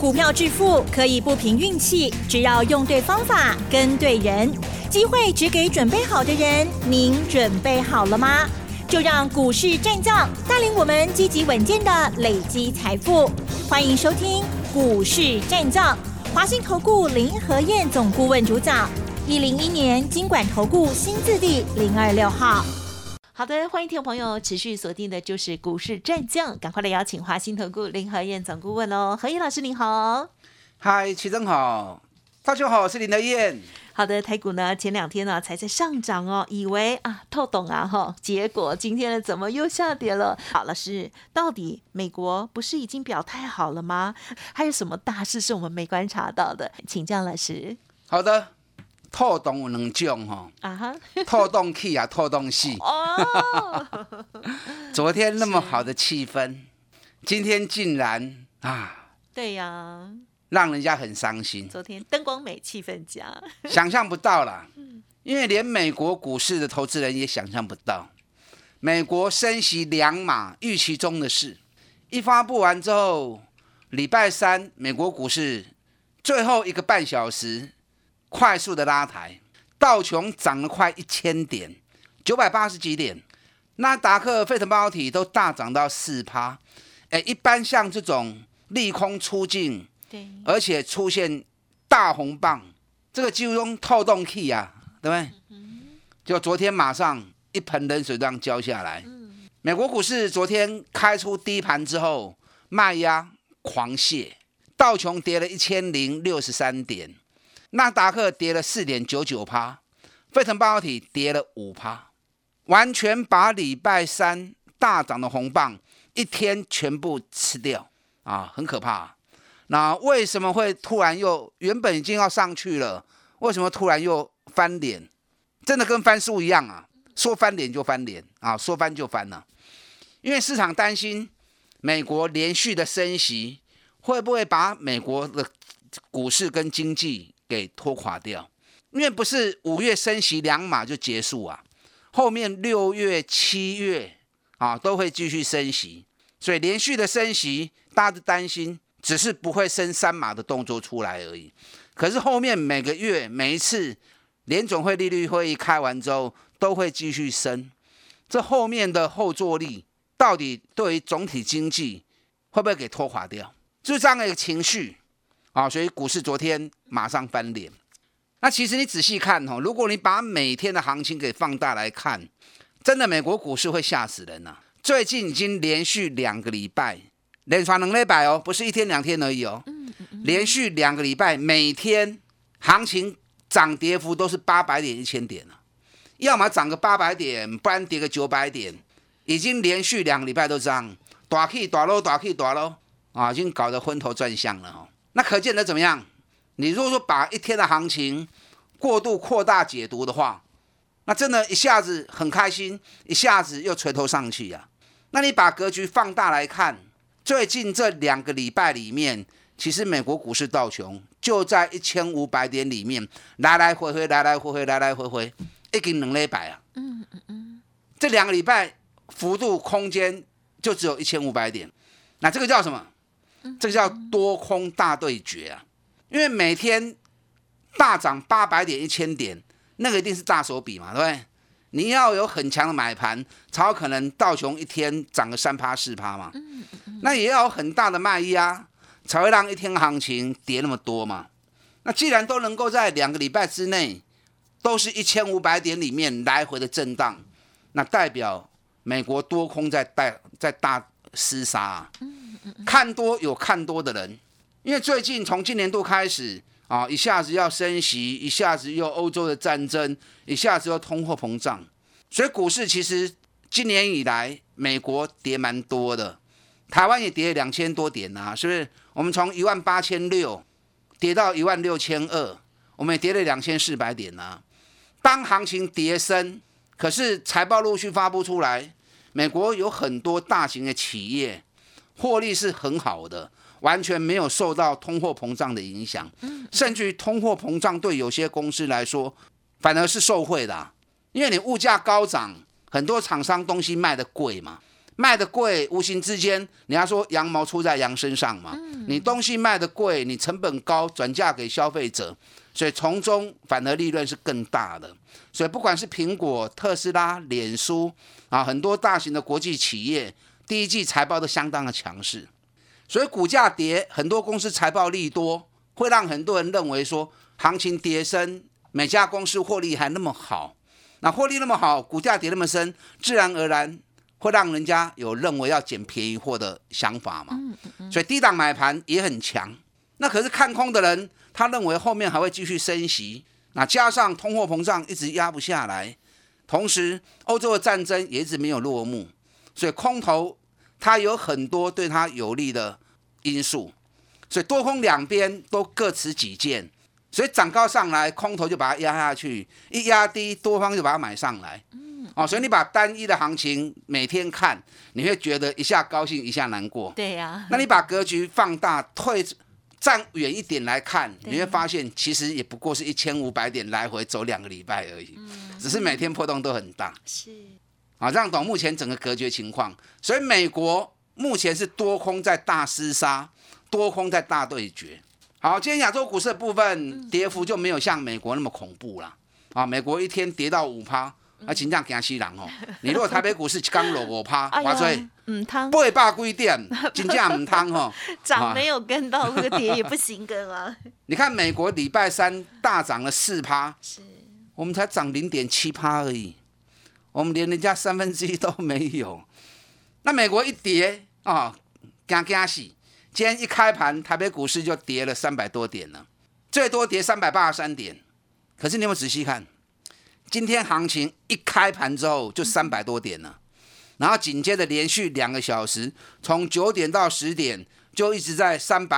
股票致富可以不凭运气，只要用对方法、跟对人，机会只给准备好的人。您准备好了吗？就让股市战将带领我们积极稳健的累积财富。欢迎收听股市战将，华信投顾林和彥总顾问主讲，101年金管投顾新字第026号。 好的，欢迎听众朋友持续锁定的就是股市战将，赶快来邀请华信投顾林和彥总顾问哦，和彥老师您好。 嗨，齐正好，大家好，我是林和彥。 好的，台股呢前2天呢才在上涨哦，以为透懂结果今天呢怎么又下跌了？好，老师，到底美国不是已经表态好了吗？还有什么大事是我们没观察到的？请教老师。 好的，透懂有2种透动气啊，透动戏。昨天那么好的气氛，今天竟然对呀， 让人家很伤心。 昨天灯光美，气氛佳， 想象不到啦，因为连美国股市的投资人也想象不到，美国升息2码，预期中的事，一发布完之后，礼拜三美国股市最后1个半小时快速的拉抬，道琼涨了快1000点，980几点，纳达克、费城半导体都大涨到4%。一般像这种利空出尽，而且出现大红棒，这个几乎用透动气啊，对不对？就昨天马上一盆冷水这样浇下来。美国股市昨天开出低盘之后，卖压狂泻，道琼跌了1063点，纳达克跌了4.99%，费城半导体跌了5%，完全把礼拜三大涨的红棒一天全部吃掉很可怕。那为什么会突然又原本已经要上去了，为什么突然又翻脸？真的跟翻书一样说翻脸就翻脸说翻就翻了。因为市场担心美国连续的升息会不会把美国的股市跟经济给拖垮掉，因为不是5月升息2码就结束后面6月、7月都会继续升息，所以连续的升息，大家都担心只是不会升3码的动作出来而已。可是后面每个月每一次联总会利率会议开完之后，都会继续升，这后面的后坐力到底对于总体经济会不会给拖垮掉？就是这样的一个情绪所以股市昨天马上翻脸。那其实你仔细看如果你把每天的行情给放大来看，真的美国股市会吓死人最近已经连续2个礼拜，连传2礼拜不是1天2天而已连续2个礼拜，每天行情涨跌幅都是800点、1000点要么涨个800点，不然跌个900点，已经连续2个礼拜都这样，大起大落，大起大落已经搞得昏头转向了那可见得怎么样？你如果说把一天的行情过度扩大解读的话，那真的一下子很开心，一下子又垂头丧气那你把格局放大来看，最近这2个礼拜里面，其实美国股市道琼就在1500点里面来来回回，来来回回，来来回回，已经2礼拜这2个礼拜幅度空间就只有1500点，那这个叫什么？这个叫多空大对决因为每天大涨800点、1000点，那个一定是大手笔嘛，对不对？你要有很强的买盘，才有可能道琼一天涨个3%、4%嘛。那也要有很大的卖压，才会让一天行情跌那么多嘛。那既然都能够在2个礼拜之内，都是1500点里面来回的震荡，那代表美国多空在大厮杀看多有看多的人，因为最近从今年度开始一下子要升息，一下子又欧洲的战争，一下子又通货膨胀，所以股市其实今年以来美国跌蛮多的，台湾也跌了2000多点是不是？我们从18600跌到16200，我们也跌了2400点当行情跌深，可是财报陆续发布出来，美国有很多大型的企业获利是很好的，完全没有受到通货膨胀的影响，甚至于通货膨胀对有些公司来说反而是受惠的因为你物价高涨，很多厂商东西卖得贵嘛， 卖的贵，无形之间，人家说羊毛出在羊身上嘛。你东西卖的贵，你成本高，转嫁给消费者，所以从中反而利润是更大的。所以不管是苹果、特斯拉、脸书啊，很多大型的国际企业，第一季财报都相当的强势，所以股价跌，很多公司财报利多，会让很多人认为说行情跌深，每家公司获利还那么好，那获利那么好，股价跌那么深，自然而然会让人家有认为要捡便宜货的想法嘛。所以低档买盘也很强。那可是看空的人，他认为后面还会继续升息，那加上通货膨胀一直压不下来，同时欧洲的战争也一直没有落幕，所以空头它有很多对它有利的因素，所以多空两边都各持己见，所以涨高上来，空头就把它压下去，一压低，多方就把它买上来。所以你把单一的行情每天看，你会觉得一下高兴一下难过。 对呀。 那你把格局放大，站远一点来看，你会发现其实也不过是1500点来回走2个礼拜而已，只是每天波动都很大。 是。这样懂目前整个格局情况。所以美国目前是多空在大厮杀，多空在大对决。好，今天亚洲股市的部分跌幅就没有像美国那么恐怖啦。美国一天跌到5%。真正惊死人哦！你如果台北股市一天落5%，我说800几点，真正唔通哦。 涨没有跟到，这个跌也不行跟啊。 你看美国礼拜三大涨了4%， 是， 我们才涨0.7%而已，我们连人家1/3都没有。那美国一跌惊死！今天一开盘，台北股市就跌了300多点了，最多跌383点。可是你有没有仔细看？今天行情一开盘之后就300多点了，然后紧接着连续2个小时，从9点到10点就一直在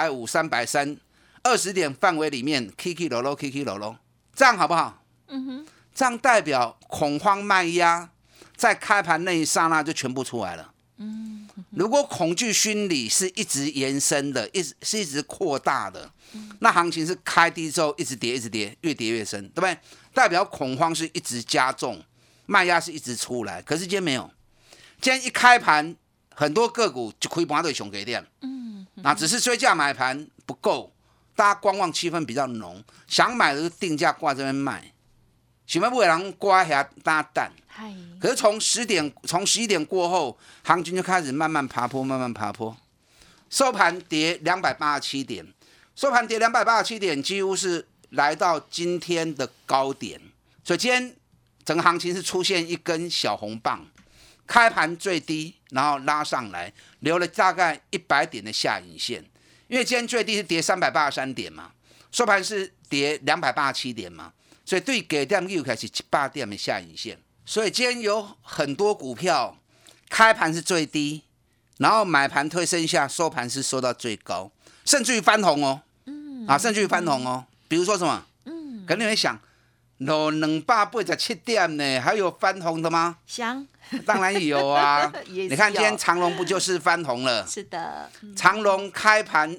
350、330、20点范围里面 K 落落，这样好不好？这样代表恐慌卖压在开盘那一刹那就全部出来了。如果恐惧心理是一直延伸的，是一直扩大的，那行情是开低之后一直跌，越跌越深，对不对？代表恐慌是一直加重，卖压是一直出来。可是今天没有，今天一开盘，很多个股就开盘就上低点，只是追价买盘不够，大家观望气氛比较浓，想买的就定价挂这边卖，想要买的人挂遐打等。可是从11点过后，行情就开始慢慢爬坡，收盘跌287点，几乎是来到今天的高点，所以今天整个行情是出现一根小红棒，开盘最低，然后拉上来，留了大概100点的下影线，因为今天最低是跌383点嘛，收盘是跌287点嘛，所以对给点又开始100点的下影线。所以今天有很多股票开盘是最低，然后买盘推升下，收盘是收到最高，甚至于翻红哦。比如说什么？可能你会想，落287点呢，还有翻红的吗？ 想， 当然有啊。你看今天长荣不就是翻红了？ 是的。 长荣开盘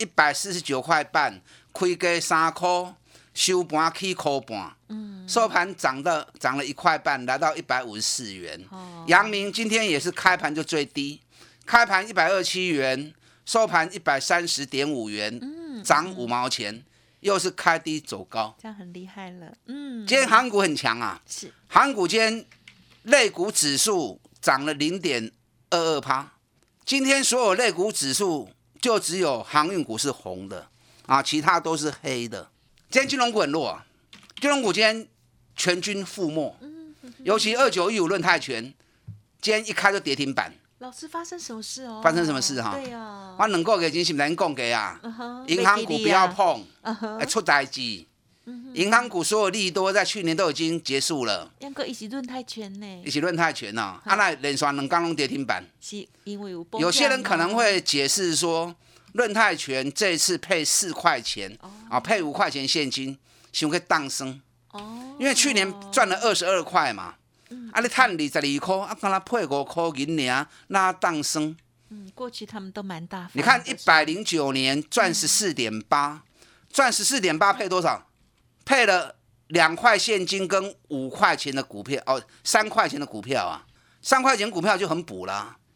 149块半，开价3块。收盘起1块半，收盘涨了1块半，来到154元。阳明今天也是开盘就最低，开盘127元，收盘130.5元，涨5毛钱，又是开低走高， 这样很厉害了。 今天航股很强啊， 是航股今天类股指数涨了0.22%，今天所有类股指数就只有航运股是红的其他都是黑的。今天金融股很弱金融股今天全军覆没，尤其2915润泰全，今天一开就跌停板。 老师发生什么事哦？ 发生什么事对呀， 我2个月前是不是讲过啊？银行股不要碰，会出代志。银行股所有利多在去年都已经结束了。 两个一起润泰全呢？ 一起润泰全那连续2天都跌停板。 是因为有些人可能会解释说，润泰全这一次配4块钱，配5块钱现金，想去当升。因为去年赚了22块嘛，你赚22块，刚才配5块银尔，那当升。 过去他们都蛮大方。 你看109年赚14.8，赚14.8配多少？配了2块现金跟5块钱的股票，3块钱的股票啊，3块钱股票就很补啦。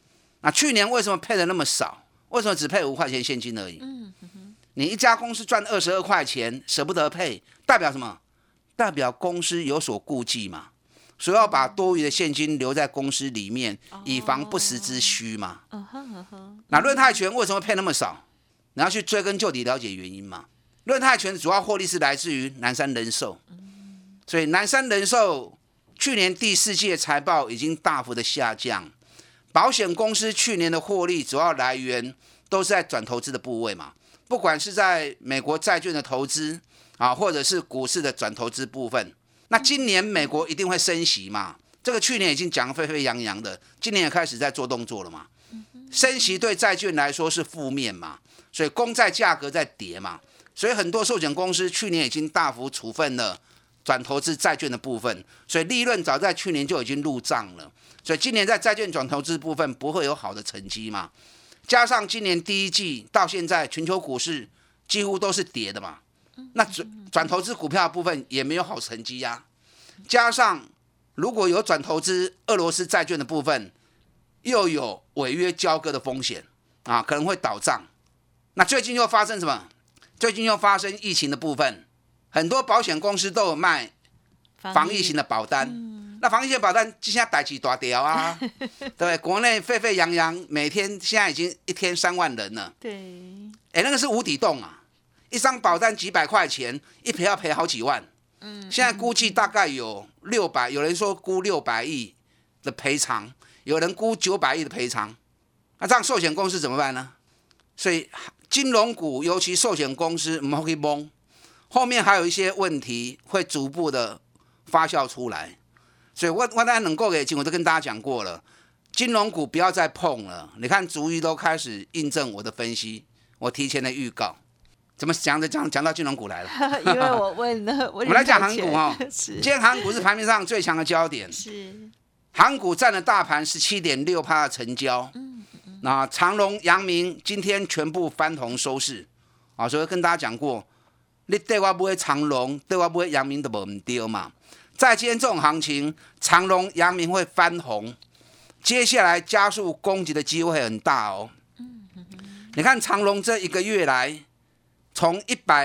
那去年为什么配的那么少？为什么只配5块钱现金而已？你一家公司赚22块钱，舍不得配，代表什么？代表公司有所顾忌嘛，所以要把多余的现金留在公司里面，以防不时之需嘛。那润泰全为什么配那么少？你要去追根究底了解原因嘛。润泰全主要获利是来自于南山人寿，所以南山人寿去年第4季财报已经大幅的下降。保险公司去年的获利主要来源都是在转投资的部位嘛，不管是在美国债券的投资啊，或者是股市的转投资部分。那今年美国一定会升息嘛，这个去年已经讲得沸沸扬扬的，今年也开始在做动作了嘛。升息对债券来说是负面嘛，所以公债价格在跌嘛，所以很多寿险公司去年已经大幅处分了转投资债券的部分，所以利润早在去年就已经入账了，所以今年在债券转投资部分不会有好的成绩嘛。加上今年第1季到现在全球股市几乎都是跌的嘛，那转投资股票的部分也没有好成绩啊。加上如果有转投资俄罗斯债券的部分，又有违约交割的风险啊，可能会倒账。那最近又发生什么？最近又发生疫情的部分，很多保险公司都有卖防疫型的保单。那防疫型的保单现在代志大条啊，对，国内沸沸扬扬，每天现在已经一天3万人了。 对， 那个是无底洞啊！一张保单几百块钱，一赔要赔好几万。现在估计大概有600，有人说估600亿的赔偿，有人估900亿的赔偿。那这样寿险公司怎么办呢？所以金融股，尤其寿险公司，不要去懵，后面还有一些问题会逐步的发酵出来。所以我当然能够给我都跟大家讲过了，金融股不要再碰了。你看逐一都开始印证我的分析，我提前的预告。怎么讲到金融股来了？ 因为我问了，我们来讲航股哦。今天航股是盘面上最强的焦点， 是航股占了大盘 17.6% 的成交。那长荣、阳明今天全部翻红收市啊，所以跟大家讲过，你对我买长荣，对我买阳明都不对嘛。在今天这种行情，长荣、阳明会翻红，接下来加速攻击的机会很大哦。你看长荣这1个月来，从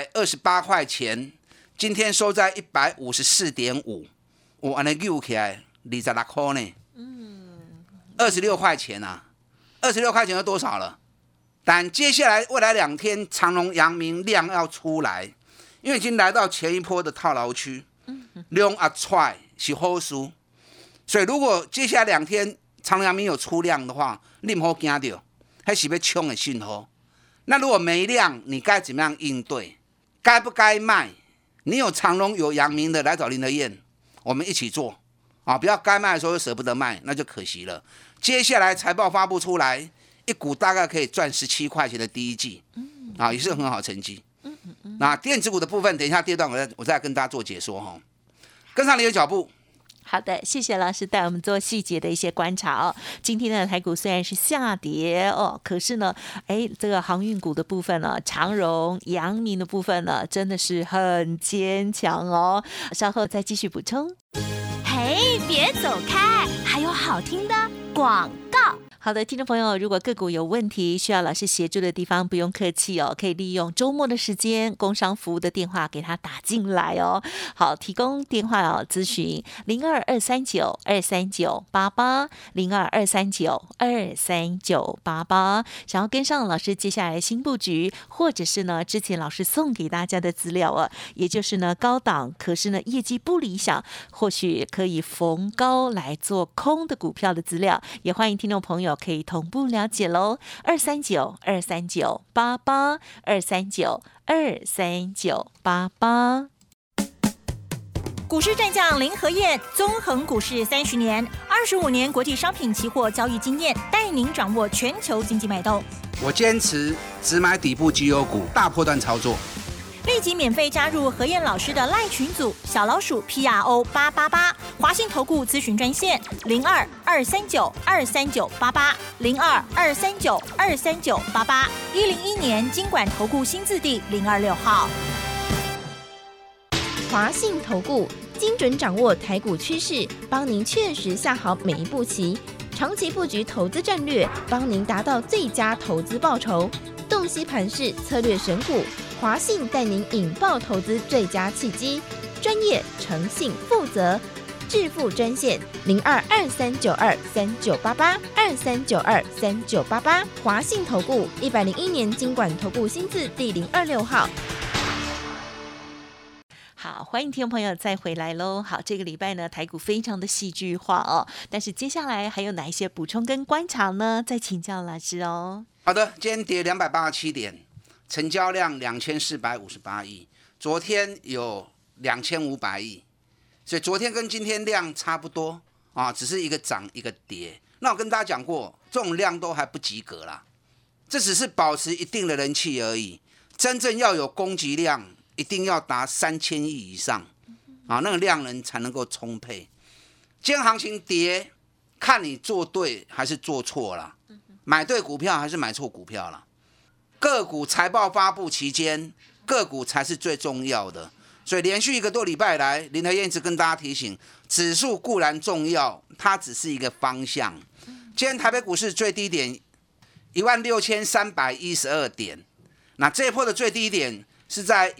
128块钱，今天收在 154.5， 我这样扭起来26块呢，26块钱啊，26块钱有多少了？但接下来未来2天，长荣、阳明量要出来，因为已经来到前一波的套牢区，量要出来是好事。所以如果接下来2天长荣、阳明有出量的话，你不要惊到，那是要冲的讯号。那如果没量，你该怎么样应对？该不该卖？你有长荣有阳明的来找林德燕，我们一起做啊！不要该卖的时候又舍不得卖，那就可惜了。接下来财报发布出来，一股大概可以赚17块钱的第1季，啊，也是很好的成绩。那电子股的部分，等一下第2段我再跟大家做解说哈，跟上你的脚步。 好的，谢谢老师带我们做细节的一些观察哦。今天的台股虽然是下跌哦，可是呢，这个航运股的部分呢，长荣、阳明的部分呢，真的是很坚强哦。稍后再继续补充。 嘿，别走开，还有好听的广告。 好的，听众朋友，如果个股有问题需要老师协助的地方，不用客气哦，可以利用周末的时间，工商服务的电话给他打进来哦。好，提供电话哦，咨询02-239-23988 02-239-23988。想要跟上老师接下来新布局，或者是呢之前老师送给大家的资料哦，也就是呢高档，可是呢业绩不理想，或许可以逢高来做空的股票的资料，也欢迎听众朋友可以同步了解喽，239-23988 239-23988。 股市战将林和彥，纵横股市30年，25年国际商品期货交易经验，带您掌握全球经济脉动。 我坚持只买底部绩优股，大波段操作。 立即免费加入和彥老师的赖群组，小老鼠 PRO888，华信投顾咨询专线02-239-23988 02-239-23988，101年金管投顾新字第026号。 华信投顾精准掌握台股趋势，帮您确实下好每一步棋。 长期布局投资战略，帮您达到最佳投资报酬。洞悉盘势，策略选股，华信带您引爆投资最佳契机，专业、诚信、负责。致富专线0223923988，23923988，华信投顾101年金管投顾新字第026号。 好，欢迎听众朋友再回来喽。好，这个礼拜呢，台股非常的戏剧化哦，但是接下来还有哪一些补充跟观察呢？再请教老师哦。 好的，今天跌287点，成交量2458亿，昨天有2500亿，所以昨天跟今天量差不多啊，只是一个涨一个跌。那我跟大家讲过，这种量都还不及格啦，这只是保持一定的人气而已，真正要有供给量。一定要达3000亿以上啊，那个量能才能够充沛。今天行情跌，看你做对还是做错了，买对股票还是买错股票了。个股财报发布期间，个股才是最重要的。所以连续1个多礼拜来，林和燕一直跟大家提醒，指数固然重要，它只是一个方向。今天台北股市最低点16312点，那这一波的最低点是在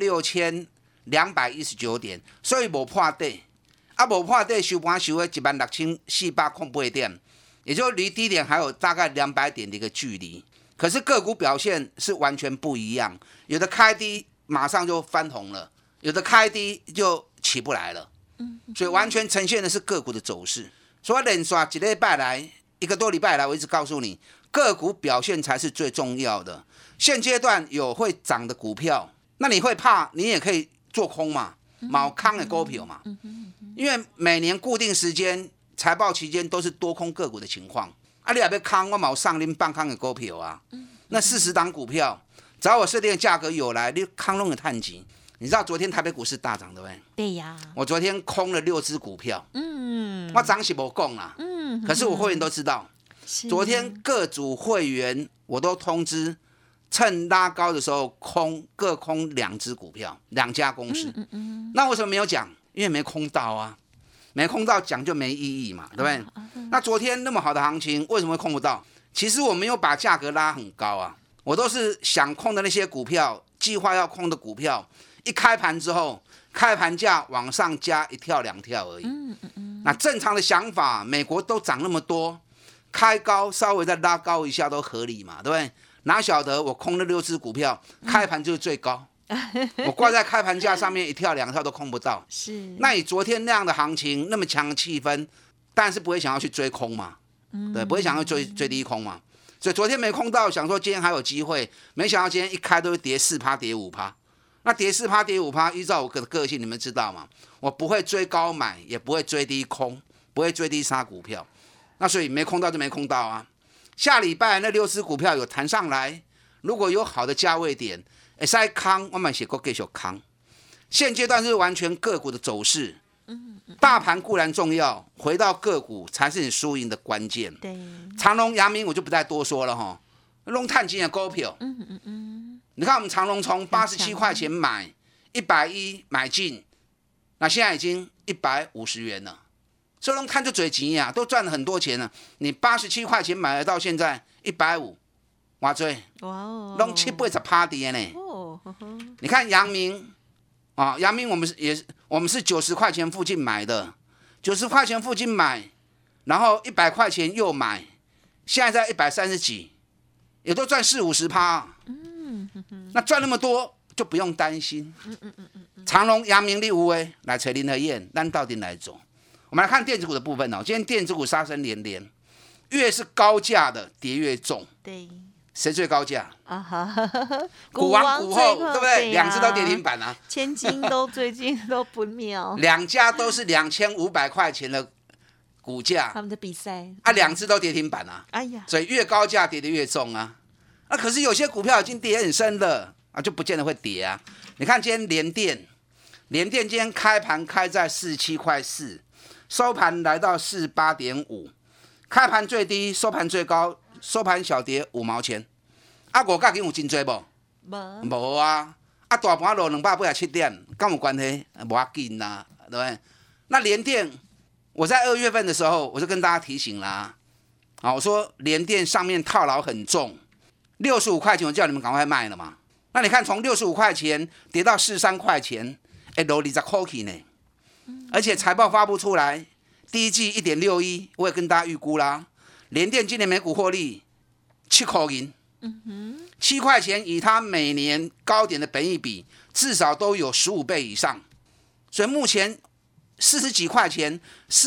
16219点，所以没破底，没破底收盘收在16408点，也就离低点还有大概200点的一个距离。可是个股表现是完全不一样，有的开低马上就翻红了，有的开低就起不来了，所以完全呈现的是个股的走势。所以连续1个礼拜来，1个多礼拜来，我一直告诉你，个股表现才是最重要的。现阶段有会涨的股票，那你会怕，你也可以做空嘛，毛康的股票嘛，因为每年固定时间财报期间都是多空个股的情况啊，你也要康，我毛上拎半康的股票啊，那40档股票，只要我设定的价格有来，你康弄的探级。你知道昨天台北股市大涨对不对？ 对呀， 我昨天空了6只股票，我涨是没讲啦，可是我会员都知道，昨天各组会员我都通知。趁拉高的时候各空2只股票，2家公司。那为什么没有讲？因为没空到啊，没空到讲就没意义嘛，对不对？那昨天那么好的行情，为什么会空不到？其实我没有把价格拉很高啊，我都是想空的那些股票，计划要空的股票，一开盘之后，开盘价往上加1跳2跳而已。那正常的想法，美国都涨那么多，开高稍微再拉高一下都合理嘛，对不对？哪晓得我空了6只股票，开盘就是最高，我挂在开盘价上面1跳2跳都空不到。 是， 那你昨天那样的行情，那么强的气氛，当然是不会想要去追空嘛，对，不会想要追低空嘛。所以昨天没空到，想说今天还有机会，没想到今天一开都是跌4%、跌5%。那跌4%、跌5%，依照我的个性，你们知道吗？我不会追高买，也不会追低空，不会追低杀股票。那所以没空到就没空到啊。下礼拜那6只股票有弹上来，如果有好的价位点，会使空，我们是继续空。现阶段是完全个股的走势，大盘固然重要，回到个股才是你输赢的关键。 对， 长荣、阳明我就不再多说了哈，弄探金的股票，你看我们长荣从87块钱买，110买进，那现在已经150元了。所以看就嘴急啊，都赚了很多钱了。你87块钱买了，到现在150，哇追， 哇哦， 弄7-8%跌呢。你看阳明啊，阳明我们是90块钱附近买的，90块钱附近买，然后100块钱又买，现在在130几，也都赚40-50%。那赚那么多就不用担心。长荣、阳明、有的来找林和燕，咱到底来做。我们来看电子股的部分哦，今天电子股杀声连连，越是高价的跌越重。 对， 谁最高价？ 啊哈， 股王股后，对不对 ？2 只都跌停板啊。 千金都最近都不妙 ，2家都是2500块钱的股价， 他们的比赛啊，2只都跌停板啊。 哎呀， 所以越高价跌得越重啊。可是有些股票已经跌很深了啊，就不见得会跌啊。你看今天联电今天开盘开在47块4。收盘来到48.5，开盘最低，收盘最高，收盘小跌5毛钱。5角有真多不？没啊。大盘落287点，跟有关系？没要紧啦，对不对？那联电，我在2月份的时候，我就跟大家提醒啦， 啊，我说联电上面套牢很重，65块钱我叫你们赶快卖了嘛。那你看从65块钱跌到43块钱，落20块呢。而且财报发布出来，第一季 1.61， 我也跟大家预估啦，联电今年每股获利7块银，7块钱以它每年高点的本益比，至少都有15倍以上。所以目前40几块钱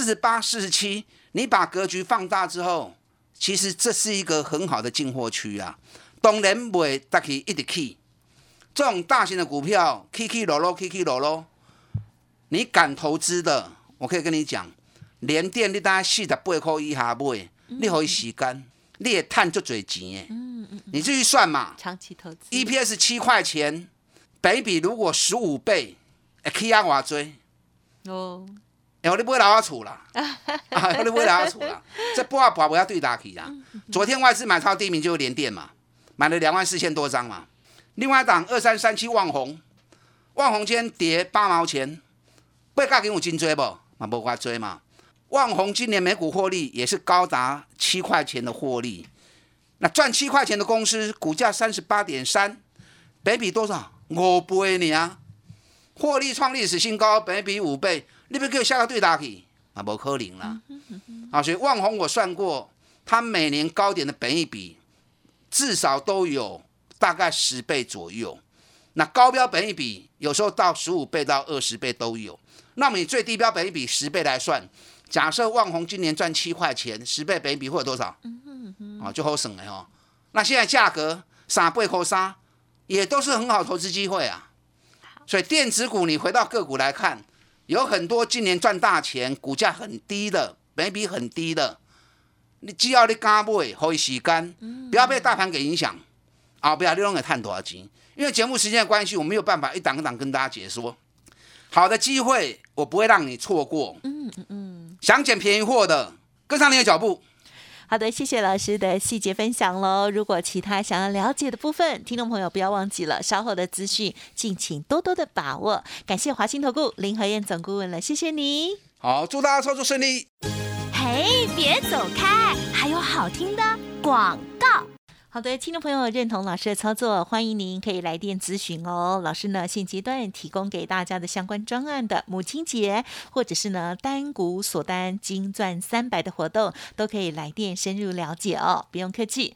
，48、47，你把格局放大之后，其实这是一个很好的进货区啊。当然不会大起一直起，这种大型的股票起起落落，你敢投资的，我可以跟你讲，联电你大概48块以下买，你可以时间，你也赚足多钱的。你自己算嘛， 长期投资 EPS 7块钱，本益比如果15倍，会起啊偌多？ 哦， 你买老阿厝啦，你买老阿厝啦，这不要对打起啦。昨天外资买超第一名就是联电嘛，买了24000多张嘛。另外一档2337旺宏，旺宏今天跌8毛钱，8角给我真多不？嘛不quá多嘛。旺宏今年每股获利也是高达7块钱的获利，那赚7块钱的公司，股价38.3，本益比多少？5倍呢？获利创历史新高，本益比5倍，你不给我下个对打去，啊，不可能啦。所以旺宏我算过，它每年高点的本益比至少都有大概10倍左右。那高标本益比有时候到15倍到20倍都有。那么你最低标本益比10倍来算，假设旺宏今年赚7块钱，10倍本益比会有多少？就好省了哦。那现在价格3倍扣3，也都是很好投资机会啊。所以电子股你回到个股来看，有很多今年赚大钱，股价很低的，本益比很低的，你只要你敢买，给他时间，不要被大盘给影响啊！不要你拢会赚多少钱？因为节目时间的关系，我没有办法一档一档跟大家解说。好的机会，我不会让你错过。想捡便宜货的，跟上你的脚步。 好的，谢谢老师的细节分享喽。如果其他想要了解的部分，听众朋友不要忘记了稍后的资讯，敬请多多的把握。感谢华信投顾林和彥总顾问了，谢谢你。 好，祝大家操作顺利。 嘿，别走开，还有好听的广告。 好的，听众朋友认同老师的操作，欢迎您可以来电咨询哦。老师呢现阶段提供给大家的相关专案的母亲节，或者是呢单股锁单金赚300的活动，都可以来电深入了解哦，不用客气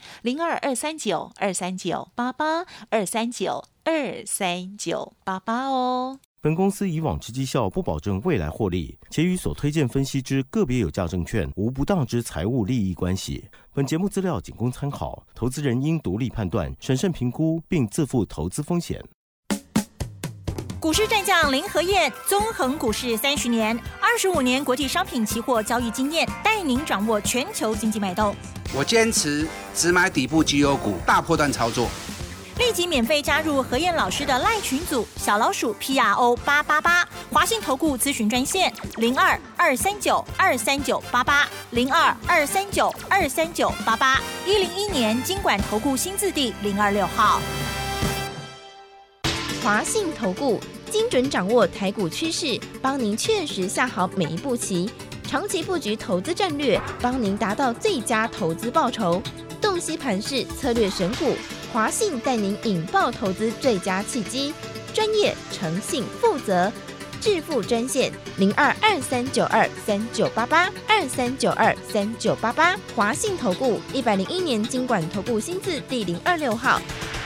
，02-239-239-88，239-239-88哦。 本公司以往之绩效不保证未来获利，且与所推荐分析之个别有价证券无不当之财务利益关系。本节目资料仅供参考，投资人应独立判断、审慎评估，并自负投资风险。 股市战将林和彥，纵横股市30年，25年国际商品期货交易经验，带您掌握全球经济脉动。 我坚持只买底部绩优股，大波段操作。 立即免费加入和彥老师的LINE群组，小老鼠 PRO888，华信投顾咨询专线02-239-23988，02-239-23988，101年金管投顾新字第026号。 华信投顾精准掌握台股趋势，帮您确实下好每一步棋，长期布局投资战略，帮您达到最佳投资报酬。洞悉盘势，策略选股，华信带您引爆投资最佳契机，专业、诚信、负责，致富专线02-2392-3988，2392-3988，华信投顾101年金管投顾新字第026号。